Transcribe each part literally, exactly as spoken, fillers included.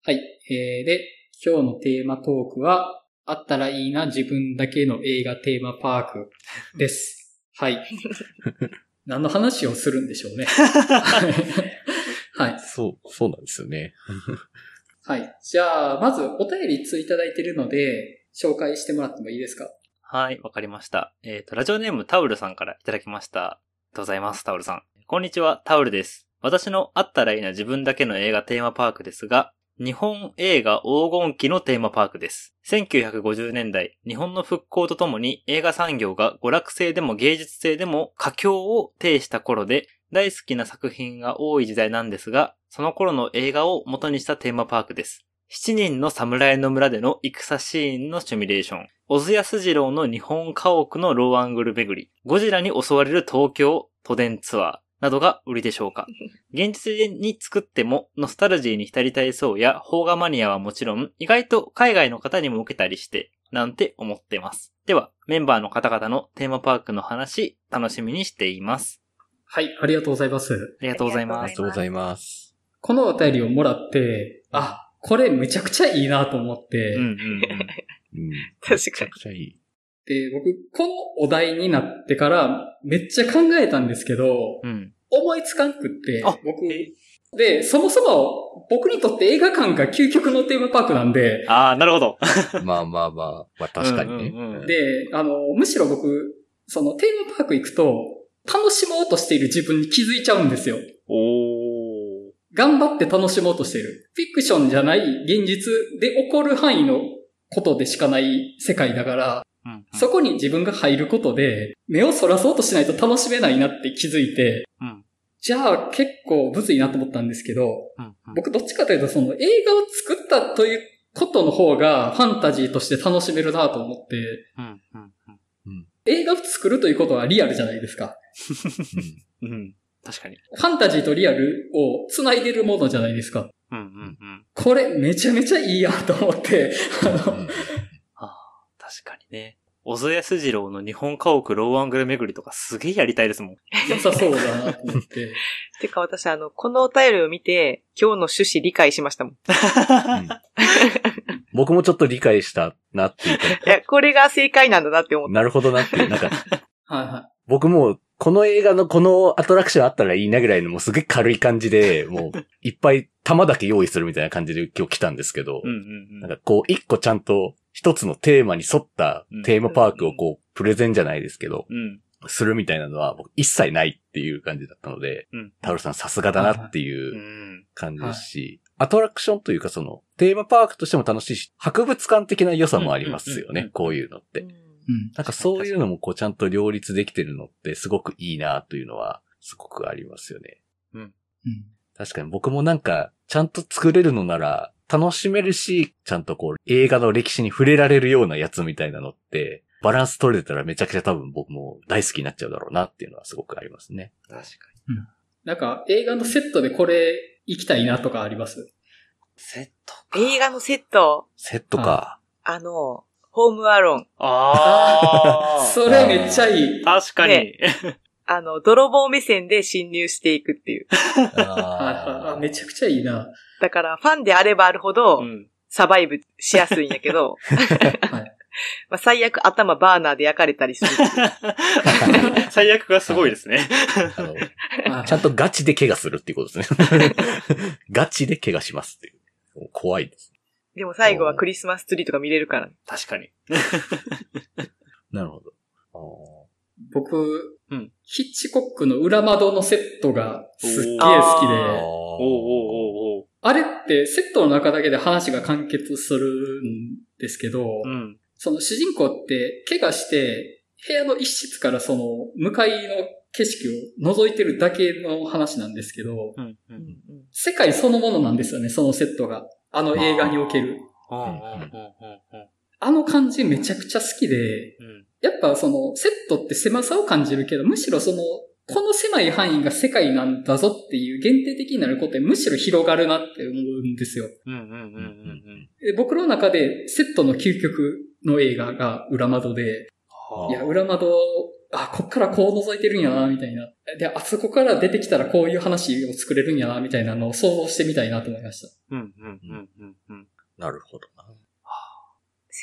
はい。えー、で、今日のテーマトークは、あったらいいな自分だけの映画テーマパークです。はい。何の話をするんでしょうね。はい。 そう、そうなんですよね。 はい。じゃあ、まずお便りいついただいているので、紹介してもらってもいいですか？ はい、わかりました。えっと、ラジオネームタウルさんからいただきました。ありがとうございます、タウルさん。こんにちは、タウルです。私のあったらいいな自分だけの映画テーマパークですが、日本映画黄金期のテーマパークです。せんきゅうひゃくごじゅうねんだい、日本の復興とともに映画産業が娯楽性でも芸術性でも佳境を呈した頃で、大好きな作品が多い時代なんですが、その頃の映画を元にしたテーマパークです。七人の侍の村での戦シーンのシミュレーション、小津安二郎の日本家屋のローアングル巡り、ゴジラに襲われる東京都電ツアーなどが売りでしょうか。現実に作ってもノスタルジーに浸りたいそうや邦画マニアはもちろん、意外と海外の方にも受けたりして、なんて思ってます。では、メンバーの方々のテーマパークの話、楽しみにしています。 はい、ありがとうございます。 ありがとうございます。 ありがとうございます。 このお便りをもらって、あ、これめちゃくちゃいいなと思って、 うんうんうんうん、 確かに。 めちゃくちゃいい。 で、僕、このお題になってからめっちゃ考えたんですけど、 うん、 思いつかんくって、 あ僕、で、そもそも僕にとって映画館が究極のテーマパークなんで、 ああ、なるほど。 まあまあまあ、まあ確かにね。 うんうんうん、 で、あの、むしろ僕、そのテーマパーク行くと、楽しもうとしている自分に気づいちゃうんですよ。 おー。 頑張って楽しもうとしている。フィクションじゃない現実で起こる範囲のことでしかない世界だから、 うんうん、 そこに自分が入ることで、目をそらそうとしないと楽しめないなって気づいて、 うん、 じゃあ結構むずいなと思ったんですけど、 うんうん、 僕どっちかというとその映画を作ったということの方がファンタジーとして楽しめるなと思って、 うんうんうん、 映画を作るということはリアルじゃないですか。 うんうん、確かに。 ファンタジーとリアルを繋いでるものじゃないですか。 うんうんうん、 これめちゃめちゃいいやと思って、あの、 ああ、確かにね。小津安二郎の日本家屋ローアングル巡りとかすげえやりたいですもん。 良さそうだなと思って。 てか私あの、このお便りを見て、今日の趣旨理解しましたもん。うん、 僕もちょっと理解したなっていうか。いや、これが正解なんだなって思った。 なるほどなっていう。なんか、 はいはい。 僕もこの映画のこのアトラクションあったらいいなぐらいのもうすげえ軽い感じで、もういっぱい玉だけ用意するみたいな感じで今日来たんですけど、 うんうんうん、 なんかこう一個ちゃんと一つのテーマに沿ったテーマパークをこうプレゼンじゃないですけど、 うん、 するみたいなのは僕一切ないっていう感じだったので、うん、タオルさんさすがだなっていう感じですし、アトラクションというかそのテーマパークとしても楽しいし、博物館的な良さもありますよね、こういうのって。うん、なんかそういうのもこうちゃんと両立できてるのってすごくいいなというのはすごくありますよね。 うん。 確かに僕もなんかちゃんと作れるのなら楽しめるし、ちゃんとこう映画の歴史に触れられるようなやつみたいなのってバランス取れてたらめちゃくちゃ多分僕も大好きになっちゃうだろうなっていうのはすごくありますね。 確かに。うん。なんか映画のセットでこれ行きたいなとかあります？ セットか。映画のセット。 セットか。 あの、ホームアローン。 ああ。それめっちゃいい。 確かに。ね、 あの、泥棒目線で侵入していくっていう。 あめちゃくちゃいいな。 だから、ファンであればあるほど、うん、サバイブしやすいんやけど、はい、まあ、最悪頭バーナーで焼かれたりする。 最悪がすごいですね。 あのちゃんとガチで怪我するっていうことですね。ガチで怪我しますっていう。怖いです。 でも最後はクリスマスツリーとか見れるから。 確かに。 なるほど。 僕、うん、ヒッチコックの裏窓のセットがすっげえ好きで、おおおあれってセットの中だけで話が完結するんですけど、うん、その主人公って怪我して部屋の一室からその向かいの景色を覗いてるだけの話なんですけど、うんうん、世界そのものなんですよね、そのセットが。あの映画における。あの感じめちゃくちゃ好きで、うん、やっぱそのセットって狭さを感じるけど、むしろその、この狭い範囲が世界なんだぞっていう限定的になることでむしろ広がるなって思うんですよ。僕の中でセットの究極の映画が裏窓で、いや、裏窓、あ、こっからこう覗いてるんやな、みたいな。で、あそこから出てきたらこういう話を作れるんやな、みたいなのを想像してみたいなと思いました。うんうんうんうん。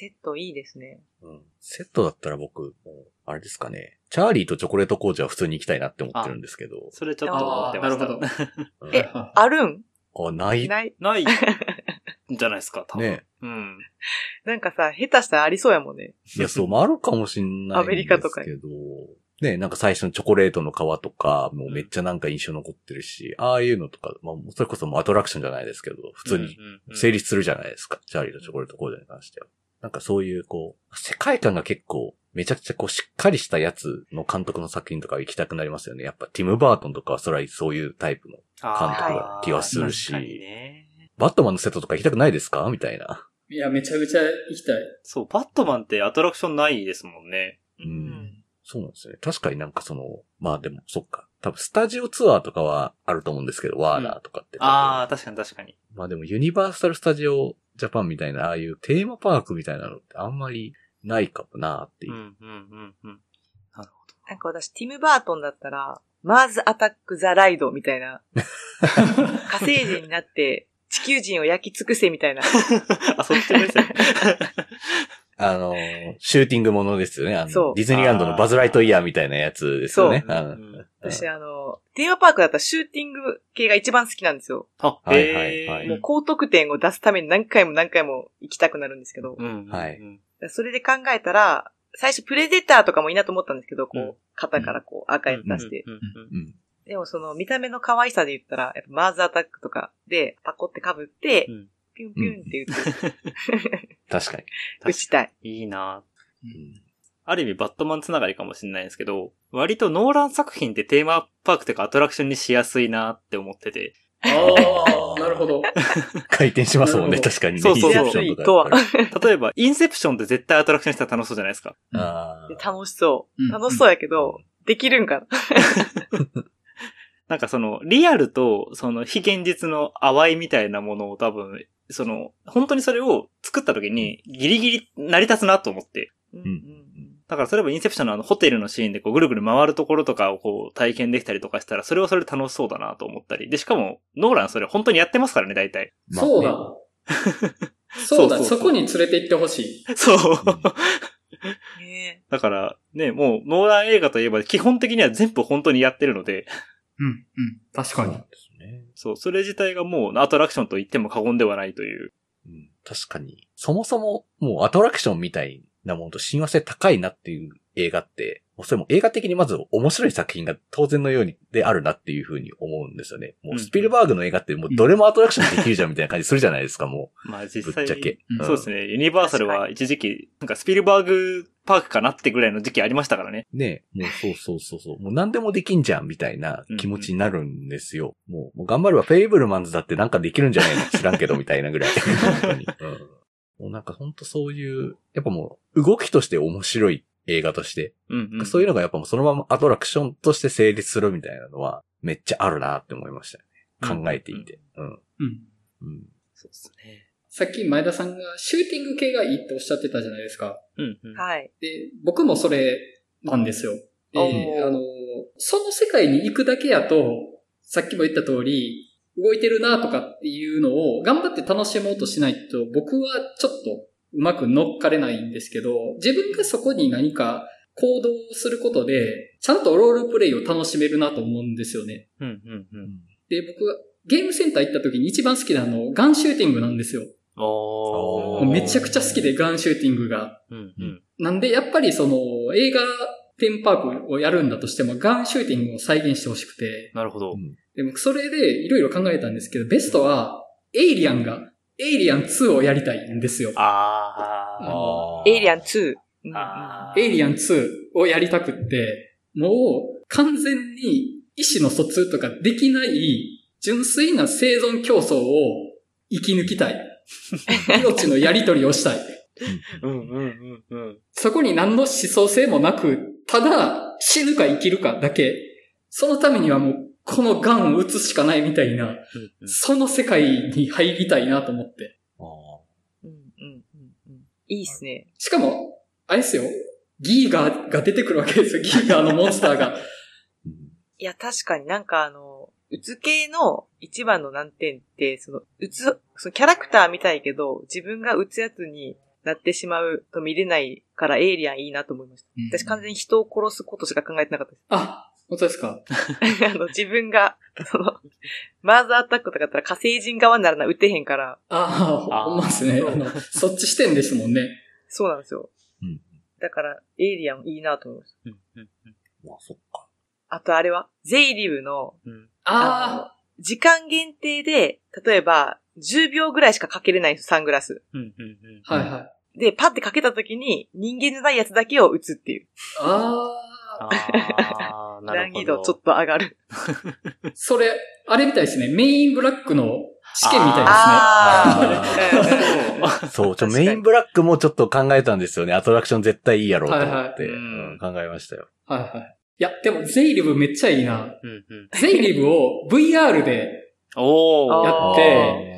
セットいいですね。 うん。セットだったら僕、もうあれですかね。チャーリーとチョコレート工場は普通に行きたいなって思ってるんですけど。 それちょっと思ってました。なるほど。え、あるん？ あ、ない。 ない。 ない。じゃないですか、多分。ね。うん。 なんかさ、下手したらありそうやもんね。 いや、そう、まあ、あるかもしんないんですけど。アメリカとか。ね、なんか最初のチョコレートの皮とか、もうめっちゃなんか印象残ってるし、うん、ああいうのとか、まあ、それこそもうアトラクションじゃないですけど、普通に成立するじゃないですか。チャーリーとチョコレート工場に関しては。なんかそういうこう、世界観が結構、めちゃくちゃこうしっかりしたやつの監督の作品とか行きたくなりますよね。やっぱティム・バートンとかはそれはそういうタイプの監督な気はするし、ね、バットマンのセットとか行きたくないですかみたいな。 いや、めちゃめちゃ行きたい。 そう、バットマンってアトラクションないですもんね。 うん。そうなんですね。確かになんかその、まあでも、そっか。多分スタジオツアーとかはあると思うんですけど、ワーナーとかって。 うん、ああ、確かに確かに。 まあでもユニバーサルスタジオジャパンみたいな、ああいうテーマパークみたいなのってあんまりないかもなっていう。うんうんうんうん。なるほど。 なんか私、ティム・バートンだったら、マーズ・アタック・ザ・ライドみたいな。火星人になって地球人を焼き尽くせみたいな。 あ、そっちですね。 あの、シューティングものですよね。あの、ディズニーランドのバズ・ライトイヤーみたいなやつですよね。 そう。うん、私、あの、テーマパークだったらシューティング系が一番好きなんですよ。 あ、はいはいはい。 もう高得点を出すために何回も何回も行きたくなるんですけど。 うん、はい。 それで考えたら、最初プレデターとかもいいなと思ったんですけど、こう、肩からこう赤いの出して。でもその見た目の可愛さで言ったら、やっぱマーズアタックとかでパコって被って、うん、ピュンピュンって言って。 確かに。 打ちたい。 いいな、うん、ある意味バットマンつながりかもしれないんですけど、割とノーラン作品ってテーマパークとかアトラクションにしやすいなって思ってて。 ああ、なるほど。 回転しますもんね、確かにね。 そうそうそう。 しやすいとは。 例えば、インセプションって絶対アトラクションしたら楽しそうじゃないですか。 あ楽しそう。楽しそうやけど、うん、できるんかな。 なんかその、リアルと、その、非現実の淡いみたいなものを多分、その、本当にそれを作った時に、ギリギリ成り立つなと思って。うん。だからそれはインセプションのあの、ホテルのシーンでこう、ぐるぐる回るところとかをこう、体験できたりとかしたら、それはそれで楽しそうだなと思ったり。で、しかも、ノーランそれ本当にやってますからね、大体。 そうだ。そうだ、そこに連れて行ってほしい。 そう。だから、ね、もう、ノーラン映画といえば、基本的には全部本当にやってるので、 うん、うん。確かに。そうですね。 そう、それ自体がもうアトラクションと言っても過言ではないという。 うん、確かに。そもそも、もうアトラクションみたいなものと親和性高いなっていう映画って、もうそれも映画的にまず面白い作品が当然のようにであるなっていうふうに思うんですよね。もうスピルバーグの映画ってもうどれもアトラクションできるじゃんみたいな感じするじゃないですか、もう。 まあ実際。 ぶっちゃけ、 うん。そうですね。ユニバーサルは一時期、なんかスピルバーグパークかなってぐらいの時期ありましたからね。 ねえ、もうそうそうそうそう。もう何でもできんじゃんみたいな気持ちになるんですよ。うんうん、もう、もう頑張ればフェイブルマンズだってなんかできるんじゃないの知らんけどみたいなぐらい。本当に。うん、もうなんか本当そういう、やっぱもう動きとして面白い映画として、うんうん、そういうのがやっぱもうそのままアトラクションとして成立するみたいなのはめっちゃあるなって思いましたよね。考えていて。うん。うん。 うん。そうですね。 さっき前田さんがシューティング系がいいっておっしゃってたじゃないですか。 うんうん、 はい。 で、僕もそれなんですよ。で、あの、その世界に行くだけやと、さっきも言った通り、動いてるなとかっていうのを頑張って楽しもうとしないと、僕はちょっとうまく乗っかれないんですけど、自分がそこに何か行動することで、ちゃんとロールプレイを楽しめるなと思うんですよね。 うんうんうん、 で、僕はゲームセンター行った時に一番好きなのガンシューティングなんですよ。 おめちゃくちゃ好きでガンシューティングが。 うんうん、 なんでやっぱりその映画テーマパークをやるんだとしてもガンシューティングを再現してほしくて。 なるほど。 でもそれでいろいろ考えたんですけど、ベストはエイリアンが、エイリアンツーをやりたいんですよ。 ああ。エイリアンツー。 あエイリアンツーをやりたくって、もう完全に意思の疎通とかできない純粋な生存競争を生き抜きたい。命のやり取りをしたい。 うんうんうんうん。 そこに何の思想性もなく、ただ死ぬか生きるかだけ。そのためにはもうこのガンを打つしかないみたいな、うんうん、その世界に入りたいなと思って。 あうんうんうんうん、いいっすね。 しかも、あれですよ。ギーガーが出てくるわけですよ。ギーガーのモンスターが。 いや、確かになんかあの、うつ系の一番の難点って、その、うつ、そのキャラクターみたいけど、自分がうつやつになってしまうと見れないからエイリアンいいなと思いました。うん、私完全に人を殺すことしか考えてなかったです。 あ、本当ですかあの、自分が、その、マーズアタックとかだったら火星人側にならな撃てへんから。 ああ、ほんまですね。あの、そっち視点ですもんね。 そうなんですよ。うん、だから、エイリアンいいなと思いました。うんうんうん、 まあ、そっか。 あとあれはゼイリブの、 うん、ああ時間限定で、例えば、じゅうびょうぐらいしかかけれないんですよ、サングラス。 うんうんうん、はいはい。 で、パッてかけた時に、人間じゃないやつだけを撃つっていう。 ああ。あ難易度ちょっと上がる。 それ、あれみたいですね。メインブラックの試験みたいですね。そう、ちょ、メインブラックもちょっと考えたんですよね。アトラクション絶対いいやろうと思って、はいはいうん、考えましたよ。 はいはい。いや、でもゼイリブめっちゃいいな。うんうん、ゼイリブを ブイアール でやって、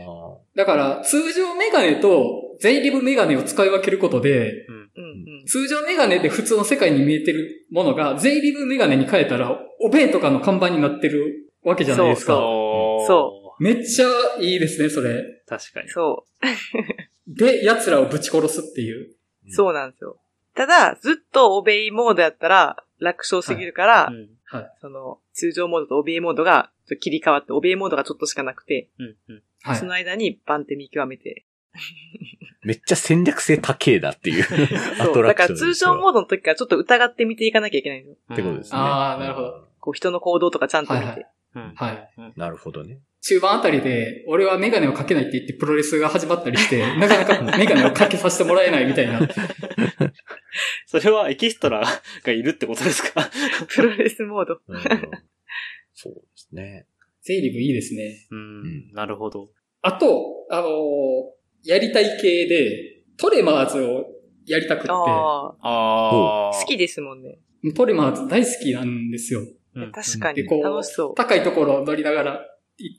だから通常メガネとゼイリブメガネを使い分けることで、うんうん、通常メガネで普通の世界に見えてるものがゼイリブメガネに変えたらオベイとかの看板になってるわけじゃないですか。 そう。そう。 めっちゃいいですね、それ。 確かに。 そう。 で、奴らをぶち殺すっていう。 そうなんですよ。ただ、ずっとオベイモードやったら楽勝すぎるから、はいうんはい、その、通常モードとオベイモードが切り替わって、オベイモードがちょっとしかなくて、うんうんはい、その間に番手見極めて。 めっちゃ戦略性高えなっていうアトラクション。そう、 だから通常モードの時からちょっと疑って見ていかなきゃいけないんですよ。 ってことですね。 ああ、なるほど。 こう人の行動とかちゃんと見て。はい、 はいはいうん。なるほどね。 中盤あたりで、俺はメガネをかけないって言ってプロレスが始まったりして、なかなかメガネをかけさせてもらえないみたいな。 それはエキストラがいるってことですか？ プロレスモード。 うん、そうですね。 ゼイリブいいですね。 うん、なるほど。 あと、あのー、やりたい系で、トレマーズをやりたくって。ああ。好きですもんね。 トレマーズ大好きなんですよ。 うん、確かに。楽しそう。 高いところを乗りながら行って、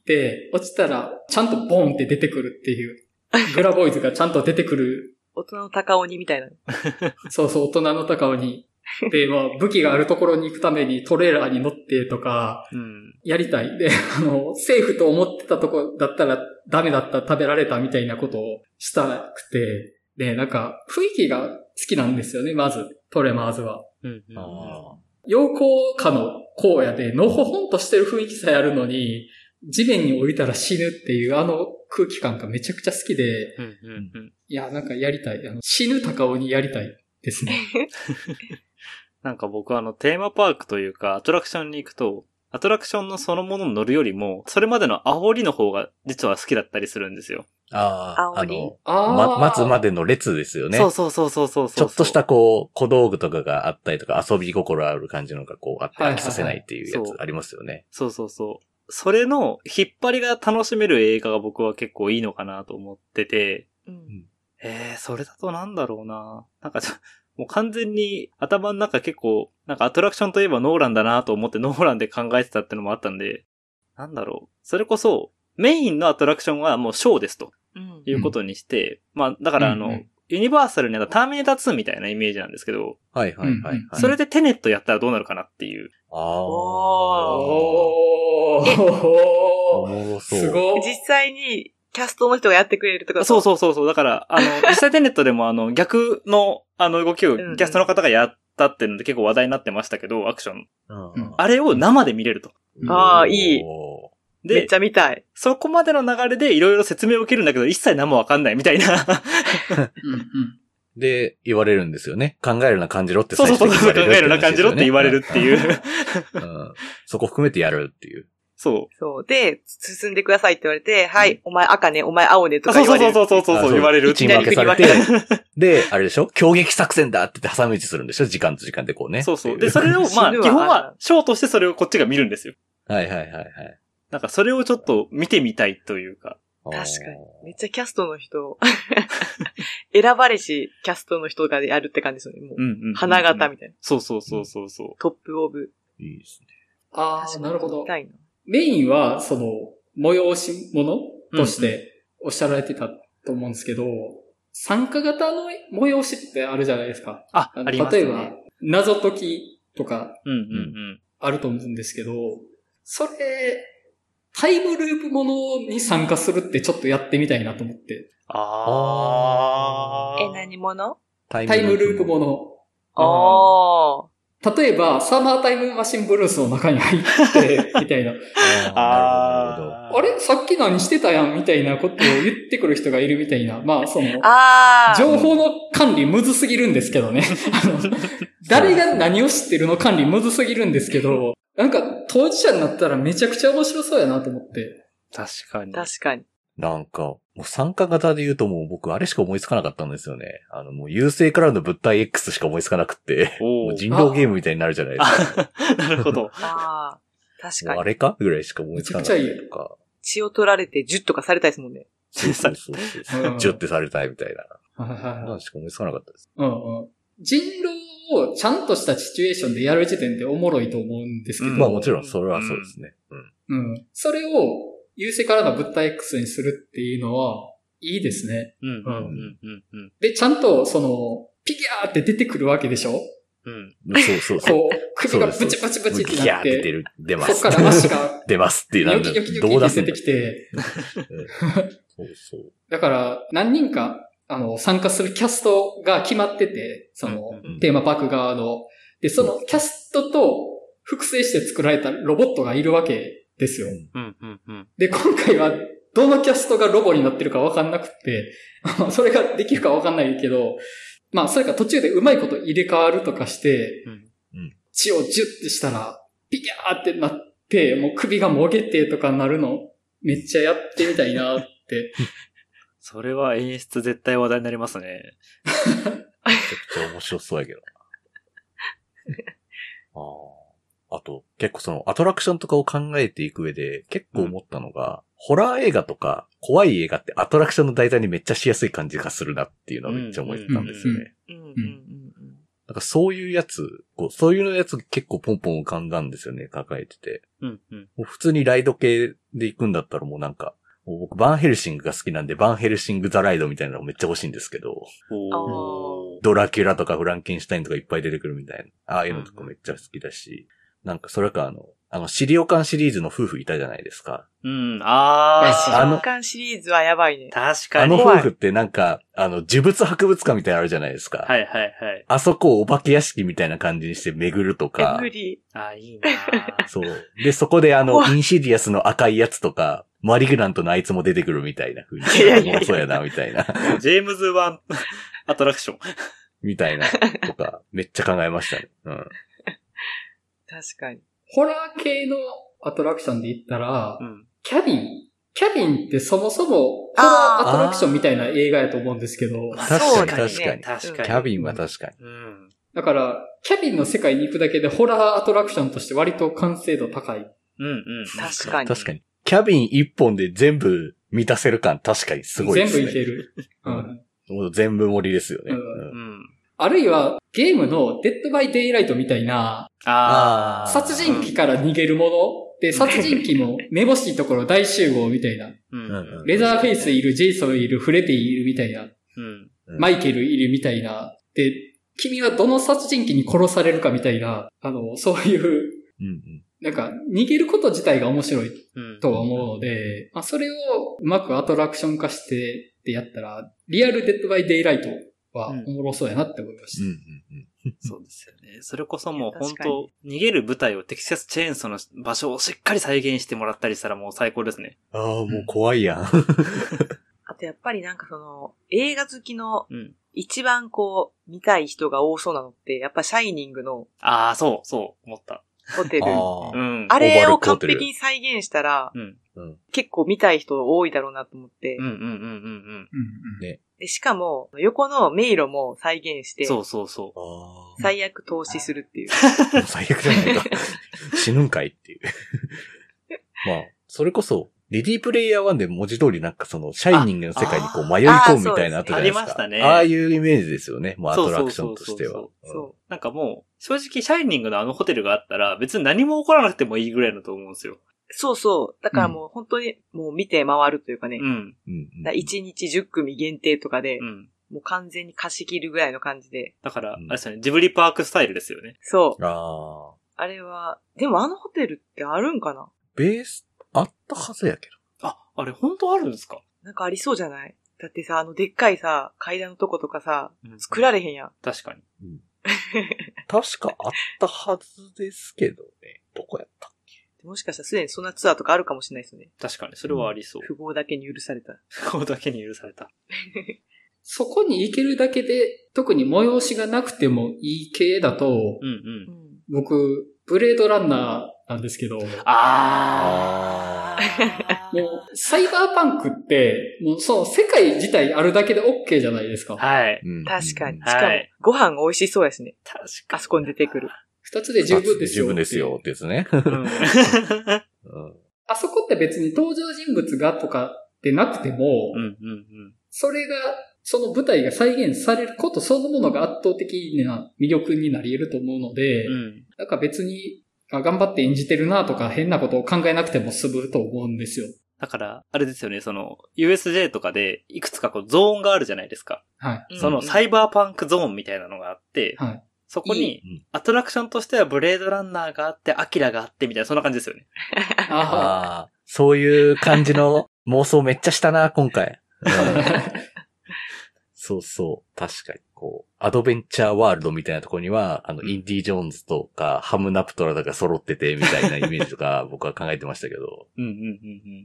落ちたら、ちゃんとボーンって出てくるっていう。グラボーイズがちゃんと出てくる。 大人の高鬼みたいな。 そうそう、大人の高鬼。で、まあ、武器があるところに行くためにトレーラーに乗ってとか、やりたい。で、あの、セーフと思ってたとこだったらダメだった、食べられたみたいなことをしたくて、で、なんか、雰囲気が好きなんですよね、まず、トレマーズは。うんうん、陽光下の荒野で、のほほんとしてる雰囲気さえあるのに、地面に降りたら死ぬっていうあの空気感がめちゃくちゃ好きで、うんうんうん、いや、なんかやりたい。あの死ぬ高尾にやりたいですね。 なんか僕はあのテーマパークというかアトラクションに行くと、アトラクションのそのものに乗るよりも、それまでの煽りの方が実は好きだったりするんですよ。 ああ、 あの、 ま、待つまでの列ですよね。 そうそうそうそうそうそう。 ちょっとしたこう、小道具とかがあったりとか、遊び心ある感じのがこうあって飽きさせないっていうやつありますよね。 そうそうそう。それの引っ張りが楽しめる映画が僕は結構いいのかなと思ってて。うん、えー、それだとなんだろうな。なんかもう完全に頭の中結構、なんかアトラクションといえばノーランだなと思ってノーランで考えてたってのもあったんで、なんだろう。それこそ、メインのアトラクションはもうショーですと。うん、いうことにして、まあ、だからあの、うんうん、ユニバーサルにあったターミネーターツーみたいなイメージなんですけど、 はいはいはい、はい。 それでテネットやったらどうなるかなっていう。 ああ。 おー。 おー。 すごい。 実際に、キャストの人がやってくれるってことそうそうそうそう。だから、あの、実際テネットでもあの、逆の、あの、動きをキャストの方がやったっていうので結構話題になってましたけど、アクション。うん、あれを生で見れると。 ああ、いい。で、めっちゃ見たい。 そこまでの流れでいろいろ説明を受けるんだけど、一切何もわかんないみたいな。 うんうん、 で、言われるんですよね。考えるな感じろって最初に言われる、ね。そうそうそう、考えるな感じろって言われるっていう。 うん、そこ含めてやるっていう。 そう。 そう。で、進んでくださいって言われて、はい、お前赤ね、お前青ねとか言われる。 そうそうそうそうそう、言われる。 チーム分けされて、で、あれでしょ攻撃作戦だって言って挟み撃ちするんでしょ時間と時間でこうね。 そうそう。で、それを、まあ、基本は、ショーとしてそれをこっちが見るんですよ。 はいはいはいはい。 なんかそれをちょっと見てみたいというか。 確かに。めっちゃキャストの人、選ばれしキャストの人がやるって感じですよね。もう、うんうんうんうん、花形みたいな。 そうそうそうそうそう。 トップオブ。 いいですね。 ああ、なるほど。メインは、その、催し物としておっしゃられてたと思うんですけど、うんうん、参加型の催しってあるじゃないですか。 あ、ありますね。 例えば、謎解きとか、 うんうんうん、 あると思うんですけど、それ、 タイムループものに参加するってちょっとやってみたいなと思って。 あー。え、何者？ タイムループもの。 あー。 例えば、サマータイムマシンブルースの中に入って、みたいな。 ああ、なるほど、なるほど。 あれさっき何してたやんみたいなことを言ってくる人がいるみたいな。まあ、その、情報の管理むずすぎるんですけどね。あの、誰が何を知ってるの管理むずすぎるんですけど、なんか、当事者になったらめちゃくちゃ面白そうやなと思って。 確かに。 確かに。 なんか、もう参加型で言うともう僕あれしか思いつかなかったんですよね。あのもう優勢からの物体 X しか思いつかなくて、もう人狼ゲームみたいになるじゃないですか。 なるほど。 ああ、確かに。 あれかぐらいしか思いつかなかったりとか。 血を取られてジュッとかされたいですもんね。 そうそうそうそう。ジュッてされたいみたいな。なんしか思いつかなかったです。 うんうん。人狼をちゃんとしたシチュエーションでやる時点でおもろいと思うんですけど。うん、 まあもちろんそれはそうですね。 うん。うん。それを、優勢からの物体 X にするっていうのは、いいですね。 うん。うん。うん。うん。 で、ちゃんと、その、ピギャーって出てくるわけでしょ？ うん。 そうそうそう。 こう、首がブチブチブチってなって。 ピギャーって出る。出ます。 そっから足が。 出ますってなんだ。 ヨキヨキヨキって出てきて。 そうそう。 だから、何人か、あの、参加するキャストが決まってて、その、テーマパーク側の。で、そのキャストと複製して作られたロボットがいるわけですよ。 うんうんうん、 で、今回はどのキャストがロボになってるかわかんなくて、それができるかわかんないけど、まあ、それか途中でうまいこと入れ替わるとかして、うん、血をジュッてしたら、ピギャーってなって、もう首がもげてとかなるの、めっちゃやってみたいなって。 それは演出絶対話題になりますね。 めちゃくちゃ面白そうやけどな。ああ。あと、結構そのアトラクションとかを考えていく上で結構思ったのが、うん、ホラー映画とか怖い映画ってアトラクションの題材にめっちゃしやすい感じがするなっていうのはめっちゃ思ったんですよね。なんかそういうやつ、こうそういうのやつ結構ポンポン浮かんだんですよね、抱えてて。 うんうん、もう普通にライド系で行くんだったらもうなんか、もう僕バンヘルシングが好きなんでバンヘルシングザライドみたいなのめっちゃ欲しいんですけど。ドラキュラとかフランケンシュタインとかいっぱい出てくるみたいな。ああいうのとかめっちゃ好きだし。なんかそれかあの、あの、シリオカンシリーズの夫婦いたじゃないですか。 うん、ああ。シリオカンシリーズはやばいね。 確かに。 あの夫婦ってなんか、あの、呪物博物館みたいなのあるじゃないですか。 はいはいはい。 あそこをお化け屋敷みたいな感じにして巡るとか。 巡り。 ああ、いいなそう。で、そこであの、インシディアスの赤いやつとか、マリグナントのあいつも出てくるみたいな風に。いやいやいやそうやな、みたいな。 ジェームズ・ワンアトラクション。 みたいな、とか、めっちゃ考えましたね。うん。 確かに。 ホラー系のアトラクションで言ったら、 うん、 キャビンキャビンってそもそもホラーアトラクションみたいな映画やと思うんですけど。 確かに確かに。 確かに。 キャビンは確かに。 うん、 だから、キャビンの世界に行くだけでホラーアトラクションとして割と完成度高い。 うんうん。 確かに。 確かに。キャビン一本で全部満たせる感確かにすごいですね。 全部いける。うん。 もう全部盛りですよね。 うん。うん、あるいは、ゲームのデッドバイデイライトみたいな、 あ殺人鬼から逃げるもの、で、殺人鬼もめぼしいところ大集合みたいな。 うん、 レザーフェイスいる、ジェイソンいる、フレディいるみたいな。 うん、 マイケルいるみたいな。で、君はどの殺人鬼に殺されるかみたいな、あの、そういう、 うんうん、なんか、逃げること自体が面白いとは思うので、まあ、それをうまくアトラクション化してってやったら、リアルデッドバイデイライトはおもろそうやなって思いました。 うんうんうんそうですよね。それこそもう本当逃げる舞台をテキサスチェーンソーの場所をしっかり再現してもらったりしたらもう最高ですね。 ああ、もう怖いやん。 あとやっぱりなんかその、映画好きの一番こう、見たい人が多そうなのって、やっぱシャイニングの。 ああ、そう、そう、思った。 ホテル。 あ,、 うん、 あれを完璧に再現したら、 うんうん、 結構見たい人多いだろうなと思って。 うんうんうんうんうん。 ね。 で、しかも、横の迷路も再現して、 そうそうそう。 最悪投資するっていう。 最悪じゃないか。死ぬんかいっていう。まあ、それこそ、レディープレイヤーワンで文字通りなんかその、シャイニングの世界にこう迷い込むみたいなのあったじゃないですか。 ありましたね。 ああいうイメージですよね。もうアトラクションとしては。 そうそうそう。なんかもう、正直シャイニングのあのホテルがあったら、別に何も起こらなくてもいいぐらいだと思うんですよ。 そうそう。だからもう本当にもう見て回るというかね。 うん。 いちにちじゅっくみ限定とかで、 うん、 もう完全に貸し切るぐらいの感じで。 だから、あれですよね、ジブリパークスタイルですよね。 そう。 ああ。 あれは、でもあのホテルってあるんかな？ ベースあったはずやけど。あ、あれ本当あるんですか？ なんかありそうじゃない？だってさ、あのでっかいさ、階段のとことかさ、うん、作られへんやん。 確かに。 うん、確かあったはずですけどね。どこやったっけ？ もしかしたらすでにそんなツアーとかあるかもしれないですよね。 確かに、それはありそう。 富豪だけに許された。 富豪だけに許された。 そこに行けるだけで、特に催しがなくてもいい系だと、 うんうん、 僕、ブレードランナーなんですけど、 あーもう、サイバーパンクって、もうその世界自体あるだけで OK じゃないですか。 はい。 確かに。しかも、ご飯美味しそうですね。 確かに。 あそこに出てくる。 二つで十分ですよ。 十分ですよ、ってですね。 うんあそこって別に登場人物がとかでなくても、 うんうんうん、 それが、その舞台が再現されることそのものが圧倒的な魅力になり得ると思うので、 うん、 なんか別に頑張って演じてるなとか変なことを考えなくても済むと思うんですよ。 だから、あれですよね、その、ユーエスジェー とかでいくつかこうゾーンがあるじゃないですか。 はい。 そのサイバーパンクゾーンみたいなのがあって、 はい。 そこに、アトラクションとしてはブレードランナーがあって、アキラがあってみたいな、そんな感じですよね。 ああ、そういう感じの妄想めっちゃしたな、今回。うん、そうそう。確かに、こう、アドベンチャーワールドみたいなところには、あの、インディ・ジョーンズとか、ハムナプトラとか揃ってて、みたいなイメージとか、僕は考えてましたけど。 うんうんうんうん。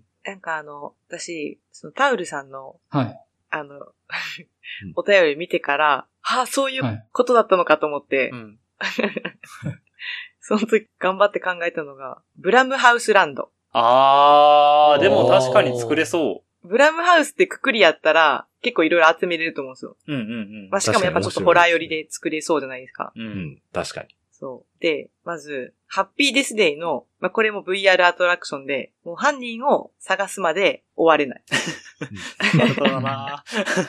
なんかあの、私、そのタウルさんの、 はい。 あの、お便り見てから、はあ、そういうことだったのかと思って、はいうん、その時頑張って考えたのが、ブラムハウスランド。 あー、でも確かに作れそう。 ブラムハウスってくくりやったら、結構いろいろ集めれると思うんですよ。 うんうんうん。 まあ、しかもやっぱちょっとホラー寄りで作れそうじゃないですか。 うん、うん、 確かに。 そう。で、まず、ハッピーデスデイの、まあ、これも ブイアール アトラクションで、もう犯人を探すまで終われない。 なるほどな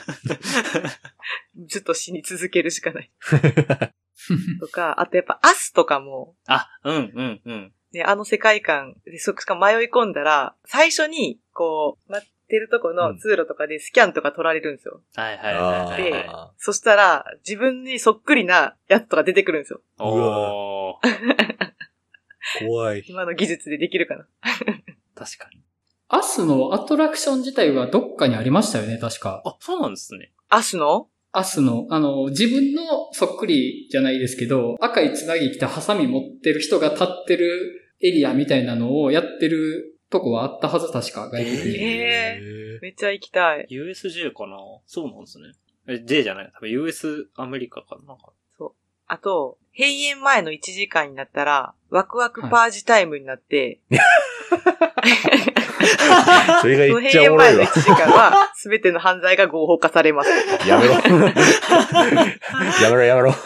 ずっと死に続けるしかない。とか、あとやっぱアスとかも。 あ、うんうんうん。 ね、あの世界観で、そっか迷い込んだら、最初に、こう、待ってるとこの通路とかでスキャンとか取られるんですよ。 はいはいはいはい。 で、そしたら、自分にそっくりなやつとか出てくるんですよ。 おー。 怖い。 今の技術でできるかな。 確かに。 アスのアトラクション自体はどっかにありましたよね、確か。 あ、そうなんですね。 アスのアスの、あの、自分のそっくりじゃないですけど、赤いつなぎ着てハサミ持ってる人が立ってるエリアみたいなのをやってるとこはあったはず、確か、外国に。 へー。めっちゃ行きたい。 ユーエスジェー かな？そうなんですね。え、J じゃない？多分 ユーエス アメリカかな？なんかそう。あと、閉園前のいちじかんになったら、ワクワクパージタイムになって、 はい、それが言っちゃおもろいわ。閉園前のいちじかんは、すべての犯罪が合法化されます。 やめろ。やめろやめろ。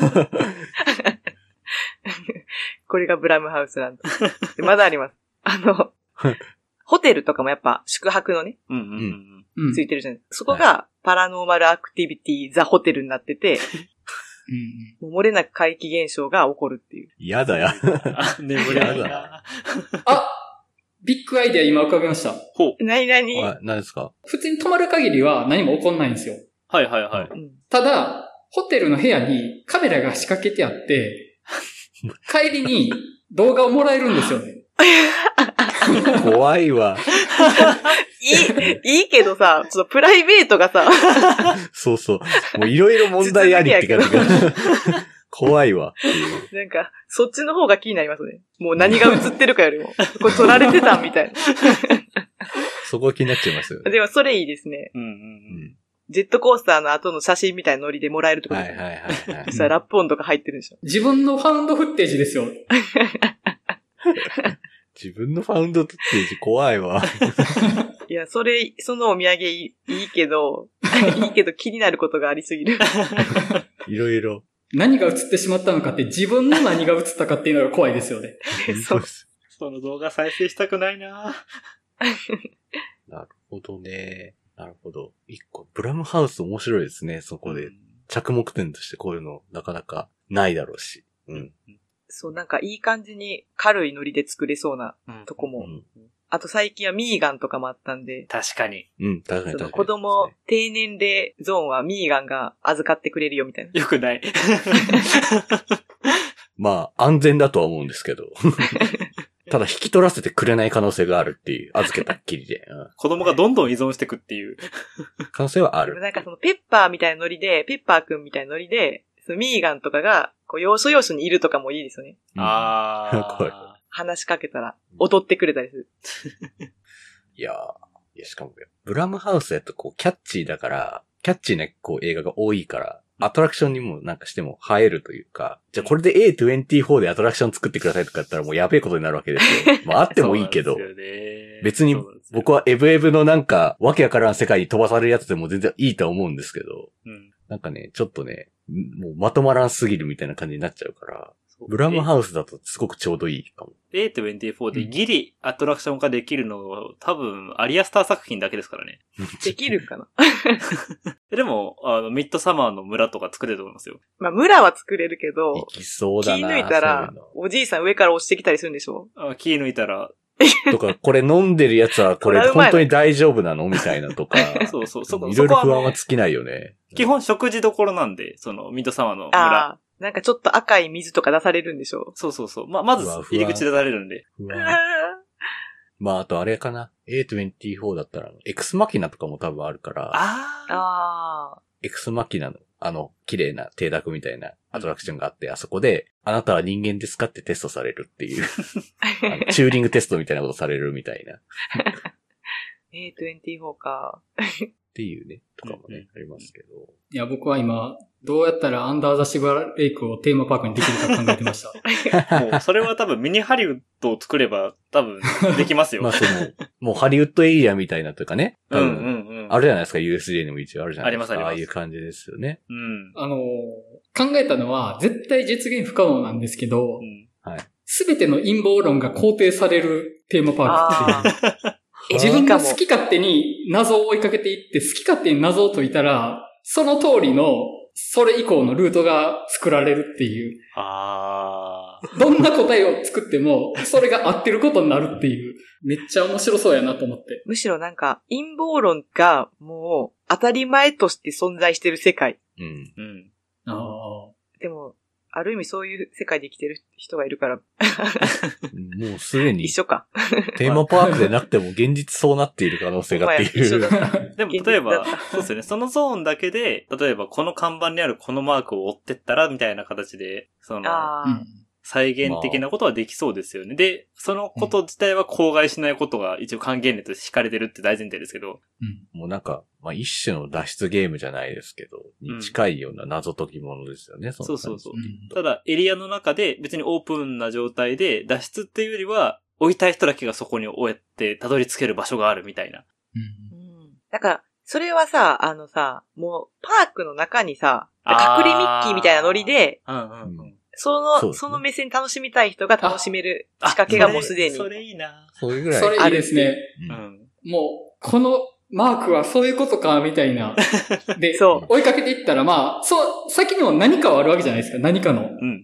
これがブラムハウスなんだ。まだあります。あの、ホテルとかもやっぱ宿泊のね、 うんうんうん、 ついてるじゃないですか。そこがパラノーマルアクティビティザホテルになってて、うん、もう漏れなく怪奇現象が起こるっていう。 嫌だよ。 眠れないな。 あ、ビッグアイデア今浮かびました。 ほう。なになに？ 何ですか？ 普通に泊まる限りは何も起こんないんですよ。 はいはいはい。 うん、ただ、ホテルの部屋にカメラが仕掛けてあって、帰りに動画をもらえるんですよね。 怖いわ。 いい、いいけどさ、ちょっとプライベートがさ。 そうそう。もういろいろ問題ありって感じが。怖いわ。 なんか、そっちの方が気になりますね。もう何が映ってるかよりも。これ撮られてたみたいな。 そこ気になっちゃいますよね。 でもそれいいですね。 うんうんうん。 ジェットコースターの後の写真みたいなノリでもらえるってことですね。 はいはいはい、はい。 そしたらラップ音とか入ってるんでしょ。 自分のファウンドフッテージですよ。 自分のファウンドフッテージ怖いわ。 いや、それ、そのお土産いい、いいけど、いいけど気になることがありすぎる。 いろいろ。 何が映ってしまったのかって自分の何が映ったかっていうのが怖いですよね。 そう。 その動画再生したくないな。 なるほどね。なるほど。一個、ブラムハウス面白いですね、そこで。うん、着目点としてこういうのなかなかないだろうし。うん。 そう、なんかいい感じに軽いノリで作れそうなとこも。うんうん、あと最近はミーガンとかもあったんで。 確かに。 うん、確かに確かに。 子供、低年齢ゾーンはミーガンが預かってくれるよみたいな。 よくない。 まあ、安全だとは思うんですけど。 ただ引き取らせてくれない可能性があるっていう、預けたっきりで。うん、 子供がどんどん依存してくっていう。 可能性はある。 なんかそのペッパーみたいなノリで、ペッパーくんみたいなノリで、そのミーガンとかが、こう、要所要所にいるとかもいいですよね。 うん、ああ。 怖い。 話しかけたら、踊ってくれたりする。 いやー、いやしかも、ブラムハウスやとこう、キャッチーだから、キャッチーなこう映画が多いから、アトラクションにもなんかしても映えるというか、じゃあこれで エーにじゅうよん でアトラクション作ってくださいとかやったらもうやべえことになるわけですよ。まああってもいいけど、別に僕はエブエブのなんかわけわからん世界に飛ばされるやつでも全然いいと思うんですけど、うん、なんかね、ちょっとね、もうまとまらんすぎるみたいな感じになっちゃうから、ブラムハウスだとすごくちょうどいいかも。 エーにじゅうよん でギリアトラクション化できるのは多分アリアスター作品だけですからね。 できるかなでも、あの、ミッドサマーの村とか作れると思いますよ。 まあ村は作れるけど、 いきそうだな。 気抜いたら、おじいさん上から落ちてきたりするんでしょ？ あ、気抜いたら。 とか、これ飲んでるやつはこれ本当に大丈夫なのみたいなとか。 そうそう、そこ、 いろいろ不安は尽きないよね。 基本食事どころなんで、そのミッドサマーの村。 あなんかちょっと赤い水とか出されるんでしょ？ そうそうそう。ま、まず入り口で出されるんで。 まあ、あとあれかな。エーにじゅうよん だったら、エクスマキナとかも多分あるから。 ああ。 エクスマキナの、あの、綺麗な邸宅みたいなアトラクションがあって、あそこで、あなたは人間ですかってテストされるっていう。あのチューリングテストみたいなことされるみたいな。 エーにじゅうよん か。 っていうね、とかもね、ありますけど。 いや、僕は今、どうやったらアンダーザシグラレイクをテーマパークにできるか考えてました。 もう、それは多分ミニハリウッドを作れば多分できますよ。 まあその、もうハリウッドエリアみたいなというかね。 うんうんうん。 あるじゃないですか、ユーエスジェー にも一応あるじゃないですか。 ありますあります。 ああいう感じですよね。 うん。 あの、考えたのは、絶対実現不可能なんですけど、うん、 はい。 すべての陰謀論が肯定されるテーマパークっていう。自分が好き勝手に謎を追いかけていって、好き勝手に謎を解いたら、その通りの、それ以降のルートが作られるっていう。 ああ。どんな答えを作っても、それが合ってることになるっていう。めっちゃ面白そうやなと思って。 むしろなんか、陰謀論がもう当たり前として存在してる世界。 うん。 うん。ああ。 でも、ある意味そういう世界で生きてる人がいるから。 もうすでに。 一緒か。 テーマパークでなくても現実そうなっている可能性がっていう。 でも例えば、そうですよね。そのゾーンだけで、例えばこの看板にあるこのマークを追ってったら、みたいな形で、その、再現的なことはできそうですよね。まあ、で、そのこと自体は口外しないことが一応還元例として敷かれてるって大前提ですけど。 うん、もうなんか、まあ一種の脱出ゲームじゃないですけど、に近いような謎解きものですよね。うん、 そうそうそう。ただ、エリアの中で別にオープンな状態で脱出っていうよりは、追いたい人だけがそこに終えてたどり着ける場所があるみたいな。 うん。だから、それはさ、あのさ、もうパークの中にさ、隠れミッキーみたいなノリで、 うんうんうん、 その、そ, ね、その目線楽しみたい人が楽しめる仕掛けがもうすでに。 それいいな。 それぐらい。 それいいですね。 うん。 もう、このマークはそういうことか、みたいな。で、そう追いかけていったら、まあ、そう、先にも何かはあるわけじゃないですか、何かの。うんうんうん。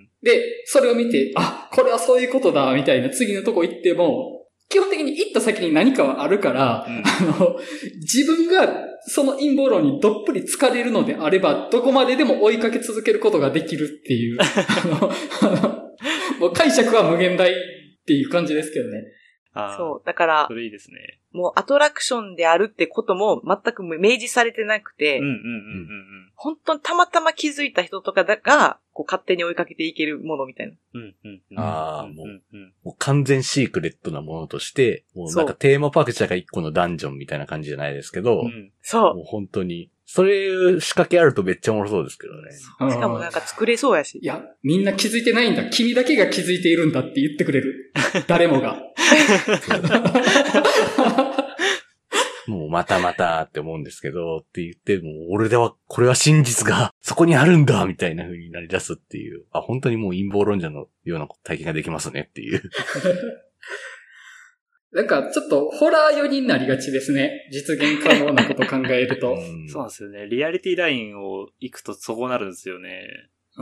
で、それを見て、あ、これはそういうことだ、みたいな、次のとこ行っても、基本的に行った先に何かはあるから、うん、あの、自分がその陰謀論にどっぷり疲れるのであれば、どこまででも追いかけ続けることができるっていう、あの、あのもう解釈は無限大っていう感じですけどね。 あそう。だから、 それいいですね。 もうアトラクションであるってことも全く明示されてなくて、 うんうんうんうん、 本当にたまたま気づいた人とかが、こう勝手に追いかけていけるものみたいな。 うんうんうん、 ああ、もう、もう完全シークレットなものとして、もうなんかテーマパーク自体が一個のダンジョンみたいな感じじゃないですけど、うん、 そう。 もう本当に、それいう仕掛けあるとめっちゃおもろそうですけどね。 しかもなんか作れそうやし。 いや、みんな気づいてないんだ。君だけが気づいているんだって言ってくれる。誰もが。 もうまたまたって思うんですけど、って言って、もう俺では、これは真実がそこにあるんだみたいな風になり出すっていう。あ、本当にもう陰謀論者のような体験ができますねっていう。 なんかちょっとホラー寄りになりがちですね。実現可能なことを考えると。 うん、そうなんですよね。リアリティラインを行くとそうなるんですよね。 うん、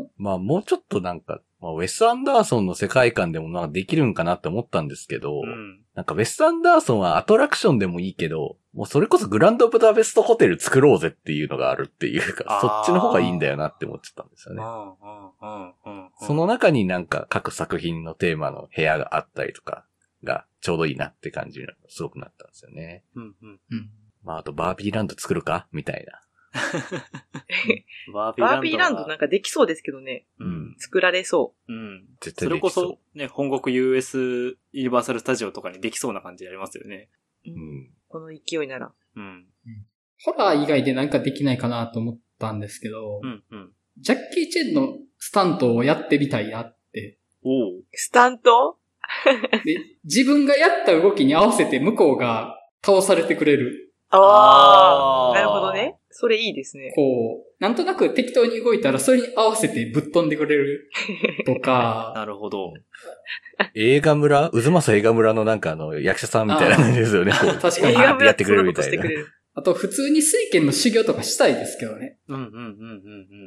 まあもうちょっとなんか、まあ、ウェス・アンダーソンの世界観でもなんかできるんかなって思ったんですけど、うん、なんかウェス・アンダーソンはアトラクションでもいいけど、 もうそれこそグランドブダペストホテル作ろうぜっていうのがあるっていうか、そっちの方がいいんだよなって思っちゃったんですよね。その中になんか各作品のテーマの部屋があったりとかがちょうどいいなって感じにすごくなったんですよね。うんうんうん。まああとバービーランド作るかみたいな。 バービーランド。バービーランドなんかできそうですけどね。うん。作られそう。 うん。絶対できそう。それこそね、本国 ユーエス ユニバーサルスタジオとかにできそうな感じありますよね。 うん。この勢いなら。うん。 ホラー以外でなんかできないかなと思ったんですけど、うんうん。ジャッキー・チェンのスタントをやってみたいなって。 おう。スタントで、自分がやった動きに合わせて向こうが倒されてくれる。 ああ、なるほどね。それいいですね。 こう、なんとなく適当に動いたらそれに合わせてぶっ飛んでくれるとか。 なるほど。 映画村渦政映画村のなんかあの役者さんみたいな感じですよね。 確かに。 映画村やってくれるみたいな。 あと普通に水拳の修行とかしたいですけどね。うんうんうんうんうん。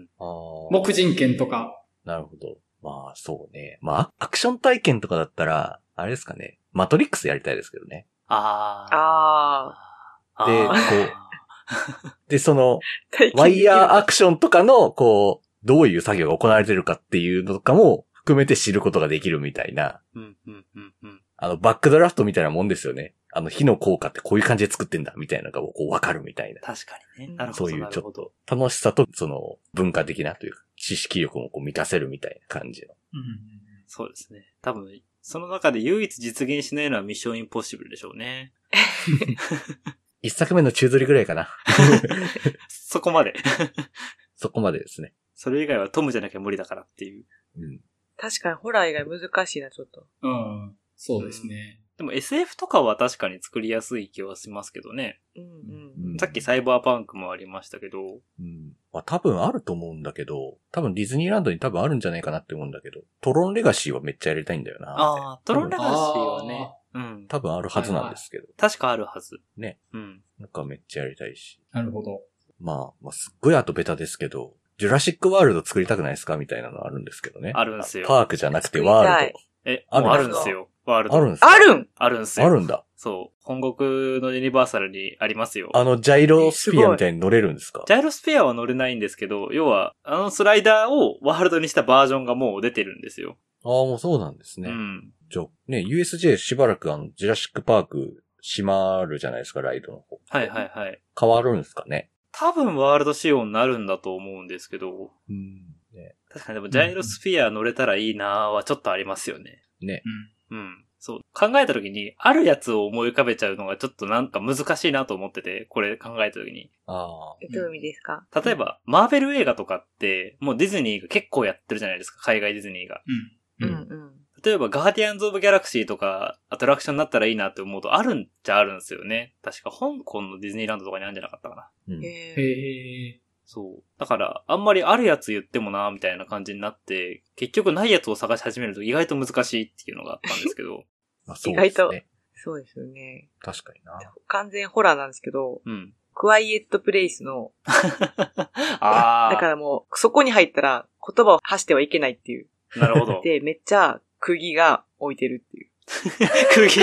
木人拳とか。 なるほど。まあそうね。まあアクション体験とかだったら、あれですかね。マトリックスやりたいですけどね。ああ。ああ。で、こう。で、その、ワイヤーアクションとかの、こう、どういう作業が行われてるかっていうのとかも含めて知ることができるみたいな。うんうんうんうん、あの、バックドラフトみたいなもんですよね。あの、火の効果ってこういう感じで作ってんだみたいなのがこうわかるみたいな。 確かにね。なるほど。そういうちょっと楽しさと、その、文化的なというか、知識力もこう満たせるみたいな感じの。うん、 そうですね。多分、その中で唯一実現しないのはミッションインポッシブルでしょうね。 一作目の宙吊りぐらいかな。 そこまで。 そこまでですね。 それ以外はトムじゃなきゃ無理だからっていう。うん、 確かにホラー以外難しいな、ちょっと。 うん。そうですね。 でも エスエフ とかは確かに作りやすい気はしますけどね。うんうん、さっきサイバーパンクもありましたけど。 うん、まあ、多分あると思うんだけど、多分ディズニーランドに多分あるんじゃないかなって思うんだけど、トロンレガシーはめっちゃやりたいんだよな。 ああ、トロンレガシーはね。 うん。多分あるはずなんですけど。 確かあるはず。 ね。うん。なんかめっちゃやりたいし。 なるほど。 まあ、まあ、すっごい後ベタですけど、ジュラシックワールド作りたくないですかみたいなのあるんですけどね。 あるんですよ。 パークじゃなくてワールド。 え、あるあるんですよ。ワールド。 あるんですか？ あるんあるんですよ。 あるんだ。 そう。本国のユニバーサルにありますよ。 あの、ジャイロスフィアみたいに乗れるんですか？ ジャイロスフィアは乗れないんですけど、要は、あのスライダーをワールドにしたバージョンがもう出てるんですよ。 ああ、もうそうなんですね。うん。じゃあ、ね、ユーエスジェー しばらくあの、ジュラシックパーク閉まるじゃないですか、ライドの方。 はいはいはい。 変わるんですかね。 多分ワールド仕様になるんだと思うんですけど。うん。ね、確かにでもジャイロスフィア乗れたらいいなーはちょっとありますよね。ね。うん。うん。そう。考えたときに、あるやつを思い浮かべちゃうのがちょっとなんか難しいなと思ってて、これ考えたときに。 ああ。どういう意味ですか？ 例えば、マーベル映画とかって、もうディズニーが結構やってるじゃないですか、海外ディズニーが。うん。うんうん。例えば、ガーディアンズ・オブ・ギャラクシーとか、アトラクションになったらいいなって思うと、あるんじゃあるんですよね。確か、香港のディズニーランドとかにあるんじゃなかったかな。うん、へー。そう。だから、あんまりあるやつ言ってもな、みたいな感じになって、結局ないやつを探し始めると意外と難しいっていうのがあったんですけど。 まあ、そうですね。意外と。 そうですよね。 確かにな。 完全ホラーなんですけど、うん。クワイエットプレイスの、あだからもう、そこに入ったら言葉を発してはいけないっていう。 なるほど。 で、めっちゃ釘が置いてるっていう。 釘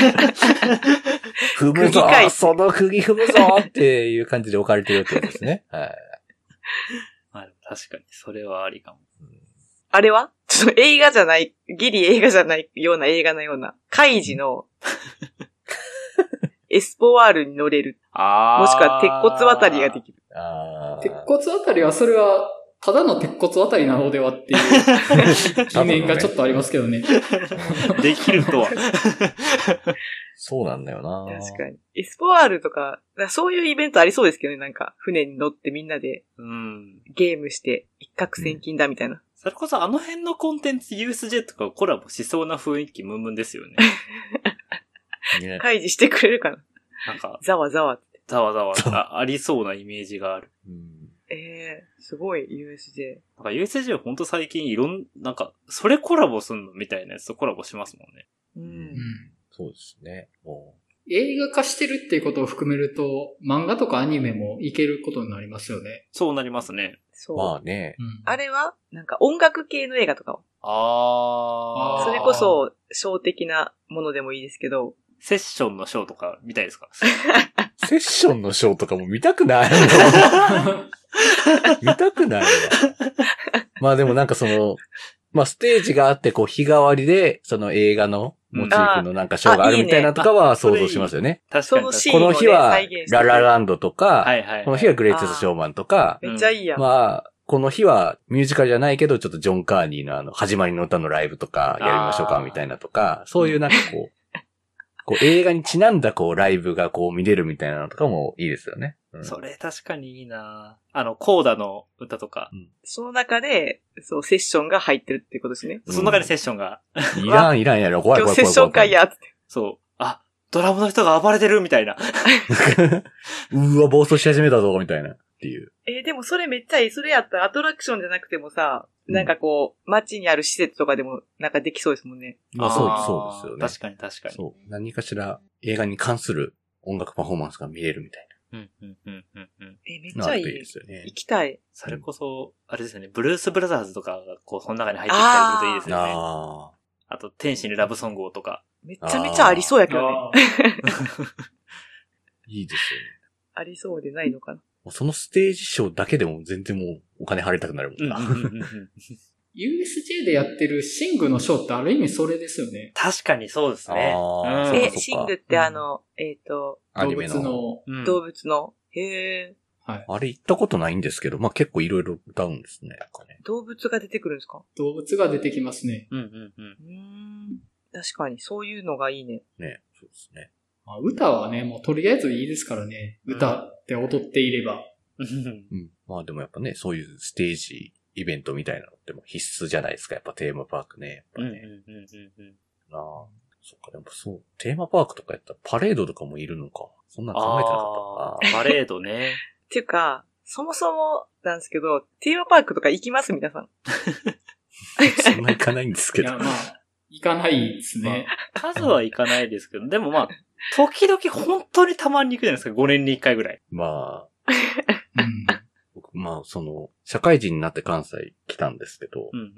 踏むぞその釘踏むぞっていう感じで置かれてるってやつですね。はい。 まあ、確かに、それはありかも。うん、 あれはちょっと映画じゃない、ギリ映画じゃないような映画のような、カイジの、エスポワールに乗れる。あもしくは鉄骨渡りができる。 あ鉄骨渡りは、それは、ただの鉄骨渡りなのではっていう疑念がちょっとありますけどね。 できるとは。 そうなんだよな。 確かに。エスポワールとか、そういうイベントありそうですけどね、なんか、船に乗ってみんなで、うん、ゲームして、一攫千金だみたいな。うん、 それこそあの辺のコンテンツ ユーエスジェー とかコラボしそうな雰囲気ムンムンですよね。 開示してくれるかな。 なんか、 ざわざわって。 ざわざわあ、ありそうなイメージがある。うんええー、すごい ユーエスジェー。 なんか ユーエスジェー ほんと最近いろん、なんか、それコラボすんのみたいなやつとコラボしますもんね。うん。うん、 そうですね。 映画化してるっていうことを含めると、漫画とかアニメもいけることになりますよね。 そうなりますね。 そう。 まあね。 うん、あれはなんか音楽系の映画とかを。ああ。それこそ、ショー的なものでもいいですけど。 セッションのショーとか見たいですかセッションのショーとかも見たくない見たくないわ。まあでもなんかその、まあステージがあってこう日替わりでその映画のモチーフのなんかショーがあるみたいなとかは想像しますよね。 確かに。 この日はララランドとか、 はいはいはい、 この日はグレイテストショーマンとか、 めっちゃいいやん。 まあ、この日はミュージカルじゃないけど、ちょっとジョン・カーニーのあの、始まりの歌のライブとかやりましょうかみたいなとか、そういうなんかこう、こう映画にちなんだこうライブがこう見れるみたいなのとかもいいですよね。 うん、それ確かにいいなあの、コーダの歌とか。うん、 その中で、そう、セッションが入ってるってことですね。 その中でセッションが。 いらんいらんやろ、怖い怖い怖い怖い。 今日セッション会やって。 そう。あ、ドラムの人が暴れてるみたいな。 うわ、暴走し始めたぞ、みたいな。っていう。 えー、でもそれめっちゃいい。それやったらアトラクションじゃなくてもさ、うん、なんかこう、街にある施設とかでもなんかできそうですもんね。 まあそう、そうですよね。 確かに確かに。 そう。何かしら映画に関する音楽パフォーマンスが見れるみたいな。 うんうんうんうんうん。 えー、めっちゃいい。いいですよね。行きたい。 それこそ、あれですよね、ブルース・ブラザーズとかがこう、その中に入ってきたりするといいですよね。ああ。あと、天使にラブソングをとか。 めちゃめちゃありそうやけどね。 いいですよね。 ありそうでないのかな。 そのステージショーだけでも全然もうお金払いたくなるもんな。 ユーエスジェー でやってるシングのショーってある意味それですよね。 確かにそうですね。 あうん、え、シングってあの、うん、えっ、ー、と、 動物の、 うん、動物の、へー。 はい。あれ行ったことないんですけど、まあ、結構いろいろ歌うんですね。なんかね。 動物が出てくるんですか？ 動物が出てきますね。 うんうんうん。 うん確かに、そういうのがいいね。 ね、そうですね。 まあ、歌はね、もうとりあえずいいですからね。歌って踊っていれば。 うん。まあでもやっぱね、そういうステージイベントみたいなのっても必須じゃないですか。やっぱテーマパークね。やっぱね。うんうんうんうん。ああ。そっか、でもそう。テーマパークとかやったらパレードとかもいるのか。そんな考えてなかったな。パレードね。 っていうか、そもそもなんですけど、テーマパークとか行きます皆さん。 そんな行かないんですけど。 いや、まあ、行かないですね。 まあ、数は行かないですけど、でもまあ、時々本当にたまに行くじゃないですか。ごねんにいっかいぐらい。 まあ。うん、僕、まあ、その、社会人になって関西来たんですけど、うんうんうん、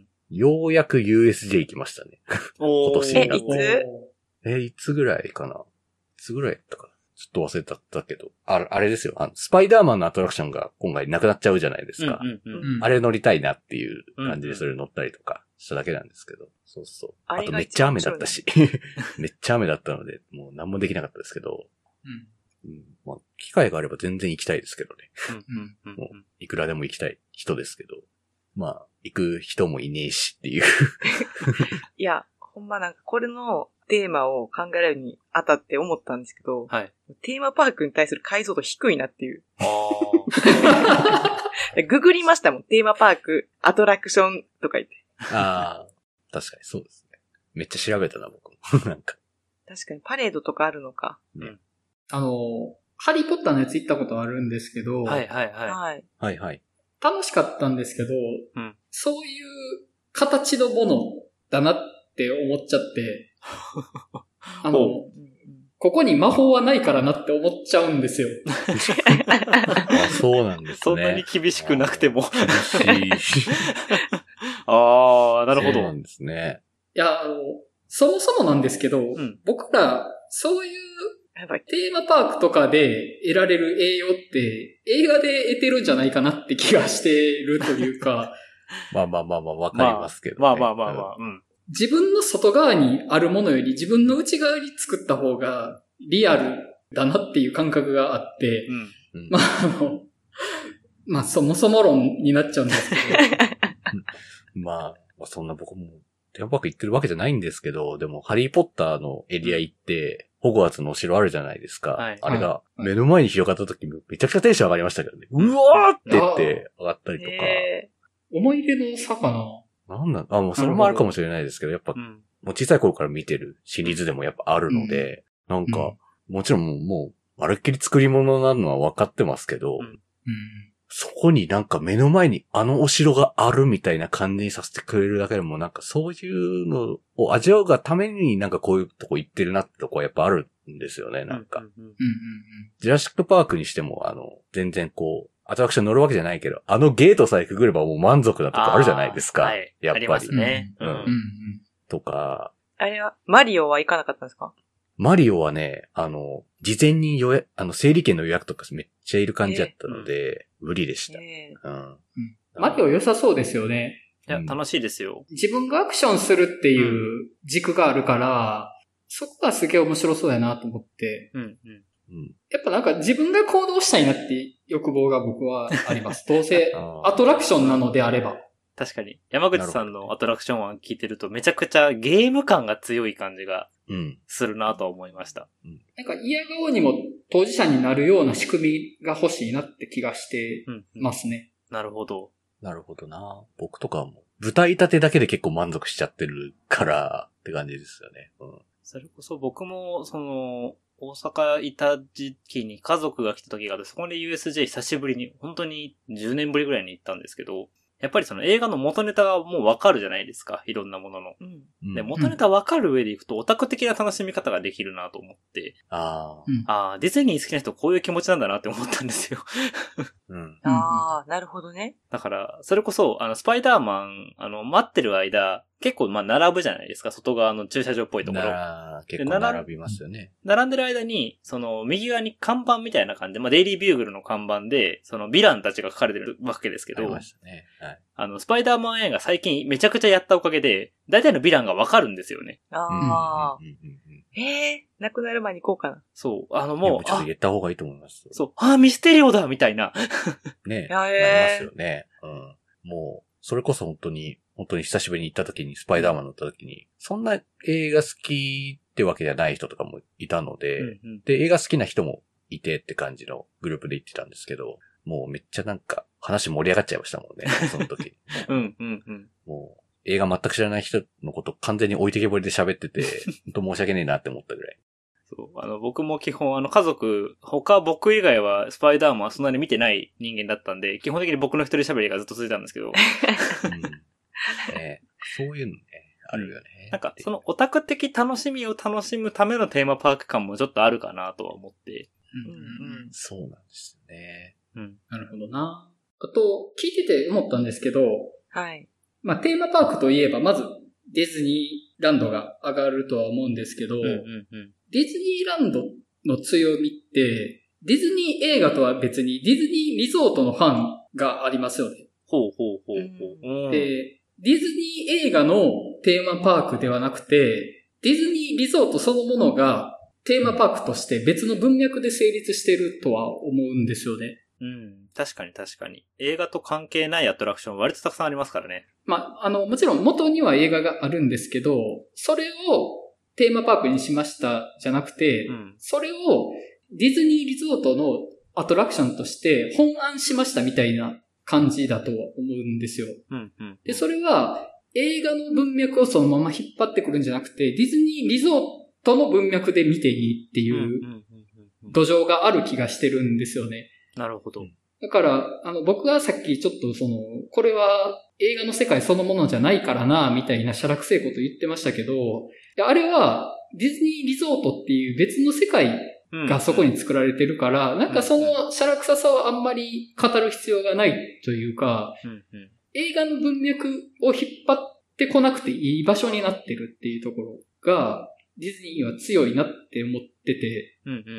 ようやく ユーエスジェー 行きましたね。今年になって。 え、いつえ、いつぐらいかないつぐらいやったかなちょっと忘れたったけど、あ、あれですよ。あの、スパイダーマンのアトラクションが今回なくなっちゃうじゃないですか。うんうんうん、あれ乗りたいなっていう感じでそれ乗ったりとかしただけなんですけど。そうそう。あとめっちゃ雨だったし。めっちゃ雨だったので、もう何もできなかったですけど。うんうん、まあ、機会があれば全然行きたいですけどね。うんうんうん、もういくらでも行きたい人ですけど。まあ、行く人もいねえしっていう。 いや、ほんまなんかこれのテーマを考えるにあたって思ったんですけど、はい、テーマパークに対する解像度低いなっていう。あググりましたもん。テーマパーク、アトラクションとか言って。 ああ、確かにそうですね。めっちゃ調べたな、僕も。なんか。 確かにパレードとかあるのか。 ね、あの、ハリーポッターのやつ行ったことあるんですけど、 はいはいはい。 はいはい。 楽しかったんですけど、うん、そういう形のものだなって思っちゃって、あの、ここに魔法はないからなって思っちゃうんですよ。 あ、そうなんですね。 そんなに厳しくなくても。厳しい。ああ、なるほど。 そうなんですね。 いや、あの、そもそもなんですけど、うん、僕ら、そういうテーマパークとかで得られる栄養って映画で得てるんじゃないかなって気がしてるというか。 まあまあまあまあわかりますけど、ねまあ。まあまあまあまあ、うん。 自分の外側にあるものより自分の内側に作った方がリアルだなっていう感覚があって、うん、まああの、まあそもそも論になっちゃうんですけど。 まあ、そんな僕もテーマパーク行ってるわけじゃないんですけど、でもハリーポッターのエリア行って、ホグワーツのお城あるじゃないですか。はい、あれが目の前に広がった時めちゃくちゃテンション上がりましたけどね。うわーって言って上がったりとか。 思い入れの差かななんなんあ、もうそれもあるかもしれないですけど、やっぱ、うん、もう小さい頃から見てるシリーズでもやっぱあるので、うん、なんか、うん、もちろんもう、もう、まるっきり作り物なのは分かってますけど、うんうん、そこになんか目の前にあのお城があるみたいな感じにさせてくれるだけでもなんかそういうのを味わうがためになんかこういうとこ行ってるなってとこはやっぱあるんですよね、なんか。うんうんうん、ジュラシックパークにしてもあの、全然こう、アトラクション乗るわけじゃないけど、あのゲートさえくぐればもう満足なとこあるじゃないですか。はい、やっぱり。ありますね。 うん。うん、とか。 あれは、マリオは行かなかったんですか？ マリオはね、あの、事前に予約、あの、整理券の予約とかめっちゃいる感じだったので、えー、無理でした、えーうん。 マリオ良さそうですよね。 いや、楽しいですよ。 自分がアクションするっていう軸があるから、うん、そこがすげえ面白そうやなと思って。うんうんうん、やっぱなんか自分が行動したいなって欲望が僕はあります。どうせアトラクションなのであれば。 確かに。山口さんのアトラクション案聞いてるとめちゃくちゃゲーム感が強い感じがするなと思いました。 うん、なんか嫌顔にも当事者になるような仕組みが欲しいなって気がしてますね。 うんうん、なるほど。 なるほどな。僕とかはもう舞台立てだけで結構満足しちゃってるからって感じですよね。うん、 それこそ僕もその大阪いた時期に家族が来た時があって、そこで ユーエスジェー 久しぶりに、本当にじゅうねんぶりぐらいに行ったんですけど、やっぱりその映画の元ネタがもうわかるじゃないですか。いろんなものの。うん、で、元ネタわかる上でいくとオタク的な楽しみ方ができるなと思って。ああ。ああ、ディズニー好きな人こういう気持ちなんだなって思ったんですよ。 うん、ああ、なるほどね。 だから、それこそ、あの、スパイダーマン、あの、待ってる間、結構まあ並ぶじゃないですか。外側の駐車場っぽいところ。 結構並びますよね。 並んでる間に、その右側に看板みたいな感じで、まあデイリービューグルの看板で、そのヴィランたちが書かれてるわけですけど、ありましたね。はい。あの、スパイダーマン映画最近めちゃくちゃやったおかげで、大体のヴィランがわかるんですよね。ああ。ええー、なくなる前に行こうかな。 そう。あのもう。 ちょっと言った方がいいと思います。 そう。ああ、ミステリオだみたいな。 ねえ。なりますよね。うん。もう、それこそ本当に、本当に久しぶりに行った時に、スパイダーマン乗った時に、そんな映画好きってわけじゃない人とかもいたので、うんうん、で、映画好きな人もいてって感じのグループで行ってたんですけど、もうめっちゃなんか話盛り上がっちゃいましたもんね、その時。うんうんうん。もう映画全く知らない人のこと完全に置いてけぼりで喋ってて、本当申し訳ねえなって思ったぐらい。 そう。あの、僕も基本、あの、家族、他僕以外はスパイダーマンはそんなに見てない人間だったんで、基本的に僕の一人喋りがずっと続いたんですけど。うんね、そういうのね、あるよね。 なんか、そのオタク的楽しみを楽しむためのテーマパーク感もちょっとあるかなとは思って。 うんうん、そうなんですね。 うん。なるほどな。あと、聞いてて思ったんですけど、 はい。 まあ、テーマパークといえば、まず、ディズニーランドが上がるとは思うんですけど、うんうんうん、ディズニーランドの強みって、ディズニー映画とは別にディズニーリゾートのファンがありますよね。 ほうほうほうほう。で、ディズニー映画のテーマパークではなくて、ディズニーリゾートそのものがテーマパークとして別の文脈で成立しているとは思うんですよね。 うん。確かに確かに。映画と関係ないアトラクション割とたくさんありますからね。 まあ、あの、もちろん元には映画があるんですけど、それをテーマパークにしましたじゃなくて、うん、それをディズニーリゾートのアトラクションとして本案しましたみたいな感じだと思うんですよ。うんうん、で、それは映画の文脈をそのまま引っ張ってくるんじゃなくて、ディズニーリゾートの文脈で見ていいっていう土壌がある気がしてるんですよね。 なるほど。 だから、あの、僕がさっきちょっとその、これは映画の世界そのものじゃないからな、みたいなしゃらくせえこと言ってましたけど、あれはディズニーリゾートっていう別の世界がそこに作られてるから、うん、なんかそのしゃらくささはあんまり語る必要がないというか、うんうん、映画の文脈を引っ張ってこなくていい場所になってるっていうところが、ディズニーは強いなって思ってて、うんうんうんうん、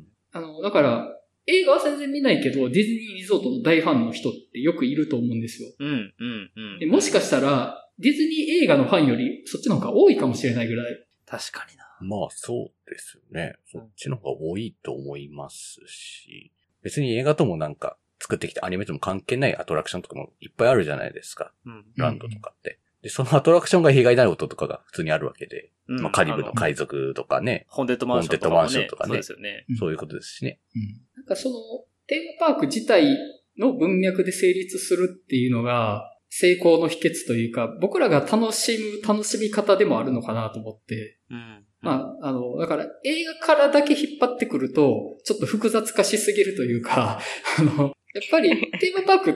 あの、だから、映画は全然見ないけど、ディズニーリゾートの大ファンの人ってよくいると思うんですよ。うんうんうん、でもしかしたら、ディズニー映画のファンよりそっちの方が多いかもしれないぐらい。 確かにな。 まあそうですよね。そっちの方が多いと思いますし、別に映画ともなんか作ってきたアニメとも関係ないアトラクションとかもいっぱいあるじゃないですか。うん、ランドとかって。で、そのアトラクションが被害になることとかが普通にあるわけで。うん、まあカリブの海賊とかね。 ホンテッドマンションとか、ね。ホンテッドマンションとかね。そうですよね。 そういうことですしね。 うん、なんかその、テーマパーク自体の文脈で成立するっていうのが成功の秘訣というか、僕らが楽しむ楽しみ方でもあるのかなと思って。うん、まあ、あの、だから映画からだけ引っ張ってくると、ちょっと複雑化しすぎるというか、あの、やっぱりテーマパークって、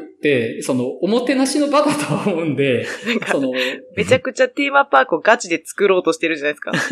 その、おもてなしの場だとは思うんで、その、 めちゃくちゃテーマパークをガチで作ろうとしてるじゃないですか。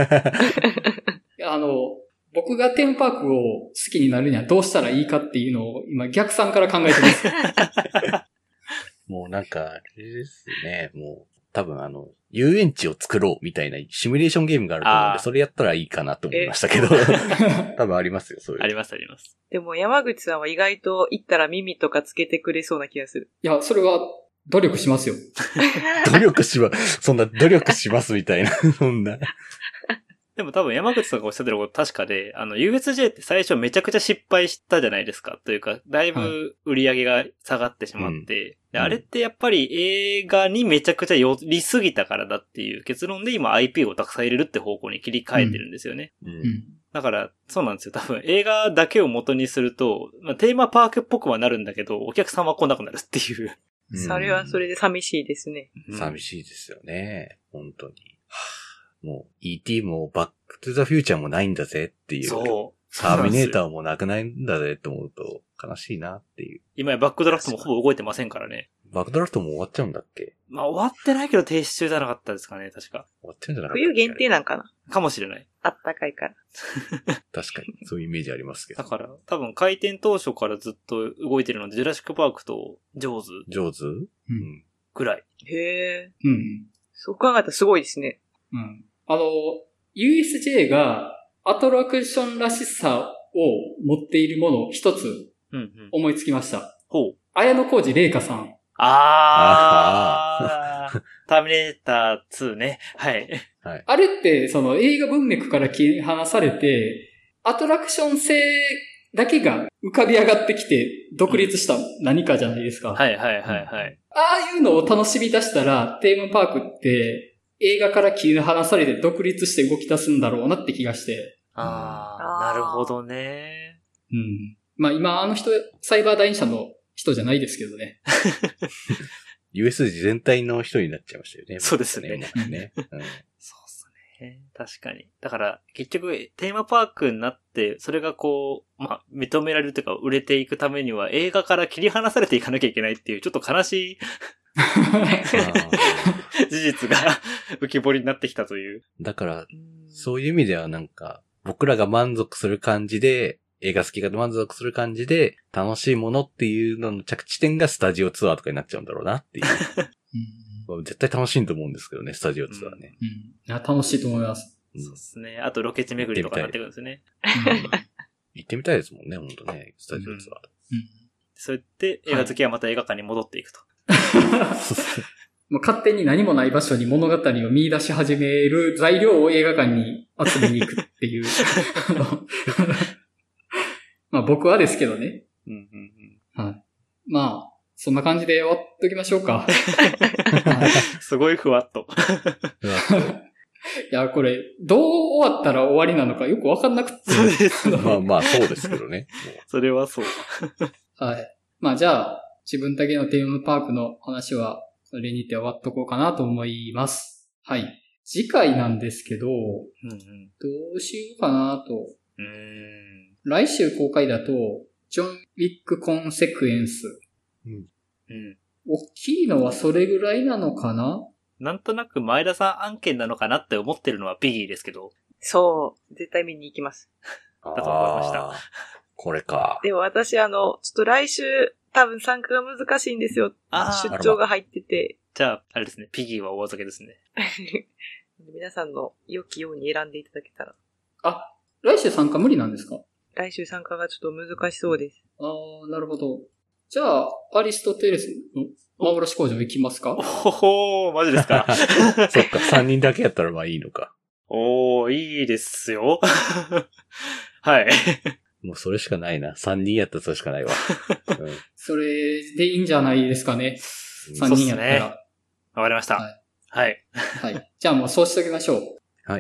あの、僕がテーマパークを好きになるにはどうしたらいいかっていうのを今逆算から考えてます。 もうなんか、あれですね、もう、 多分あの、遊園地を作ろうみたいなシミュレーションゲームがあると思うんで、それやったらいいかなと思いましたけど。多分ありますよ、そういう。 ありますあります。 でも山口さんは意外と行ったら耳とかつけてくれそうな気がする。 いや、それは努力しますよ。 努力します。そんな努力しますみたいな。そんな。 でも多分山口さんがおっしゃってること確かで、あの ユーエスジェー って最初めちゃくちゃ失敗したじゃないですか。というか、だいぶ売り上げが下がってしまって、はい、であれってやっぱり映画にめちゃくちゃ寄りすぎたからだっていう結論で今 アイピー をたくさん入れるって方向に切り替えてるんですよね。うんうん、だから、そうなんですよ。多分映画だけを元にすると、まあ、テーマパークっぽくはなるんだけど、お客さんは来なくなるっていう。 それはそれで寂しいですね。 うん、寂しいですよね。本当に。もう イーティー もバックトゥザフューチャーもないんだぜっていう。そう。ターミネーターもなくないんだぜって思うと悲しいなっていう。 今やバックドラフトもほぼ動いてませんからね。 バックドラフトも終わっちゃうんだっけ？ まあ終わってないけど停止中じゃなかったですかね、確か。 終わってるんじゃなかったっけ？ 冬限定なんかな？ かもしれない。 あったかいから。 確かに。そういうイメージありますけど。 だから、多分開店当初からずっと動いてるので、ジュラシックパークとジョーズ。 ジョーズ？うん。 ぐらい。 へえ。 うん。 そう考えたらすごいですね。 うん。あの、ユーエスジェー がアトラクションらしさを持っているものを一つ思いつきました。 ほう。 綾小路玲香さん。 あー。ターミネーターツーね。はい。 はい、あれって、その映画文脈から切り離されて、アトラクション性だけが浮かび上がってきて、独立した何かじゃないですか。 うん、はいはいはいはい。 ああいうのを楽しみ出したら、テーマパークって映画から切り離されて独立して動き出すんだろうなって気がして。 ああ、なるほどね。 うん。まあ今あの人、サイバーダイン社の人じゃないですけどね。 ユーエスジー 全体の人になっちゃいましたよね。 そうですね。 ねうん、そうですね。確かに。だから、結局、テーマパークになって、それがこう、まあ、認められるというか、売れていくためには、映画から切り離されていかなきゃいけないっていう、ちょっと悲しい事実が浮き彫りになってきたという。 だから、そういう意味ではなんか、僕らが満足する感じで、映画好きが満足する感じで、楽しいものっていうのの着地点がスタジオツアーとかになっちゃうんだろうなっていう。うん、絶対楽しいと思うんですけどね、スタジオツアーね。 うんうん、いや楽しいと思います。 うん、そうですね。あとロケ地巡りとかになってくるんですね。 行ってみたいですもんね、本当ね、スタジオツアーと。 うんうん、そうやって映画好きはまた映画館に戻っていくと。 はい、もう勝手に何もない場所に物語を見出し始める材料を映画館に集めに行くっていう。まあ僕はですけどね。うんうんうん。はい。まあ、そんな感じで終わっときましょうか。 すごいふわっと。 いや、これ、どう終わったら終わりなのかよくわかんなくて。 そうです。 まあまあ、そうですけどね。 それはそう。 はい。まあじゃあ、自分だけのテーマパークの話は、それにて終わっとこうかなと思います。はい。次回なんですけど、うんうん、どうしようかなと。うーん来週公開だと、ジョン・ウィック・コンセクエンス。うん。うん。大きいのはそれぐらいなのかな？ なんとなく前田さん案件なのかなって思ってるのはピギーですけど。 そう。絶対見に行きます。 だと思いました。 これか。 でも私あの、ちょっと来週多分参加が難しいんですよ。出張が入ってて。 じゃあ、あれですね。ピギーはお預けですね。 皆さんの良きように選んでいただけたら。 あ、来週参加無理なんですか？ 来週参加がちょっと難しそうです。 ああ、なるほど。じゃあ、アリストテレスの幻工場行きますか？ おほー、マジですか？ そっか、さんにんだけやったらまあいいのか。 おー、いいですよ。はい。 もうそれしかないな。さんにんやったらそれしかないわ。 うん、それでいいんじゃないですかね。さんにんやったら。わ、ね、 かりました。はい。はい。 はい。じゃあもうそうしておきましょう。 はい。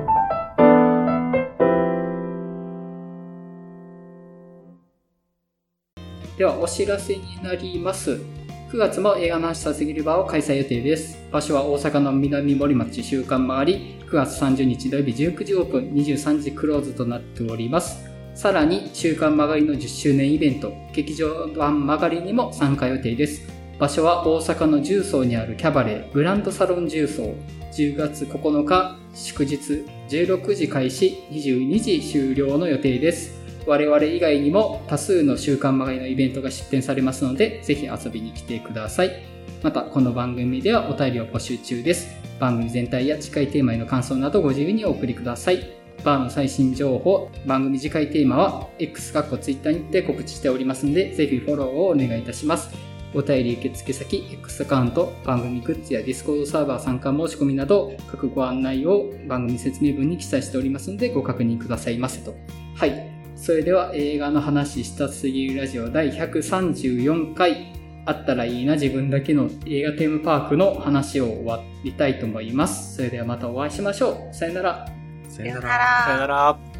ではお知らせになります。くがつも映画の話させぎり場を開催予定です。場所は大阪の南森町週刊曲がり、くがつさんじゅうにち土曜日じゅうくじオープン、にじゅうさんじクローズとなっております。さらに週刊曲がりのじゅっしゅうねんイベント、劇場版曲がりにも参加予定です。場所は大阪の十三にあるキャバレーグランドサロン十三。じゅうがつここのか祝日じゅうろくじ開始、にじゅうにじ終了の予定です。我々以外にも多数の週刊曲がりのイベントが出展されますので、ぜひ遊びに来てください。 また、この番組ではお便りを募集中です。番組全体や次回テーマへの感想などご自由にお送りください。バーの最新情報、番組次回テーマは X かっこ Twitter にて告知しておりますので、ぜひフォローをお願いいたします。お便り受付先、X アカウント、番組グッズや Discord サーバー参加申し込みなど、各ご案内を番組説明文に記載しておりますので、ご確認くださいませと。はい。それでは映画の話したすぎるラジオだいひゃくさんじゅうよんかい、あったらいいな自分だけの映画テーマパークの話を終わりたいと思います。それではまたお会いしましょう。さよなら。 さよなら。 さよなら。